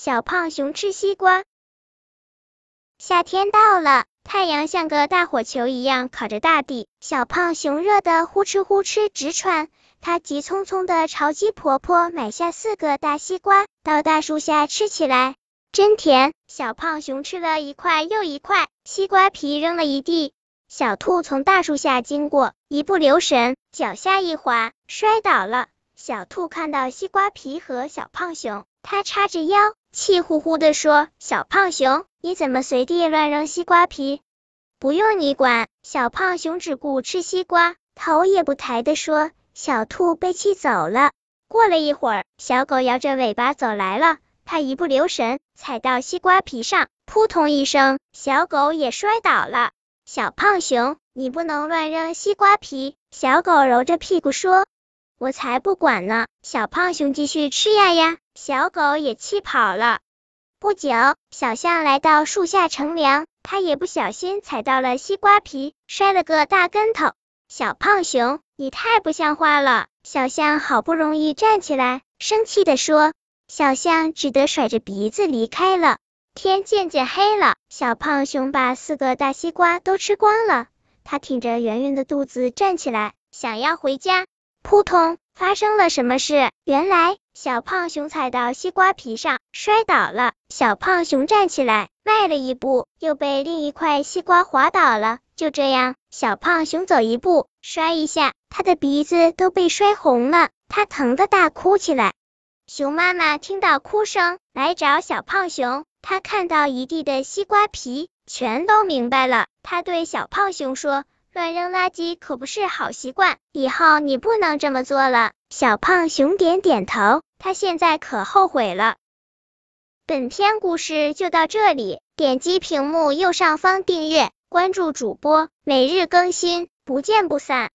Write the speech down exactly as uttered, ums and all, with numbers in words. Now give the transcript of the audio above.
小胖熊吃西瓜。夏天到了，太阳像个大火球一样烤着大地，小胖熊热得呼哧呼哧直喘。他急匆匆地朝鸡婆婆买下四个大西瓜，到大树下吃起来，真甜。小胖熊吃了一块又一块，西瓜皮扔了一地。小兔从大树下经过，一不留神，脚下一滑，摔倒了。小兔看到西瓜皮和小胖熊，它叉着腰，气呼呼地说：小胖熊，你怎么随地乱扔西瓜皮？不用你管。小胖熊只顾吃西瓜，头也不抬地说。小兔被气走了。过了一会儿，小狗摇着尾巴走来了，它一不留神，踩到西瓜皮上，扑通一声，小狗也摔倒了。小胖熊，你不能乱扔西瓜皮。小狗揉着屁股说。我才不管呢。小胖熊继续吃呀呀，小狗也气跑了。不久，小象来到树下乘凉，它也不小心踩到了西瓜皮，摔了个大跟头。小胖熊，你太不像话了。小象好不容易站起来，生气地说。小象只得甩着鼻子离开了。天渐渐黑了，小胖熊把四个大西瓜都吃光了。他挺着圆圆的肚子站起来，想要回家。扑通，发生了什么事？原来小胖熊踩到西瓜皮上，摔倒了。小胖熊站起来，迈了一步，又被另一块西瓜滑倒了。就这样，小胖熊走一步，摔一下，他的鼻子都被摔红了，他疼得大哭起来。熊妈妈听到哭声，来找小胖熊，她看到一地的西瓜皮，全都明白了。她对小胖熊说，乱扔垃圾可不是好习惯，以后你不能这么做了。小胖熊点点头，他现在可后悔了。本篇故事就到这里，点击屏幕右上方订阅，关注主播，每日更新，不见不散。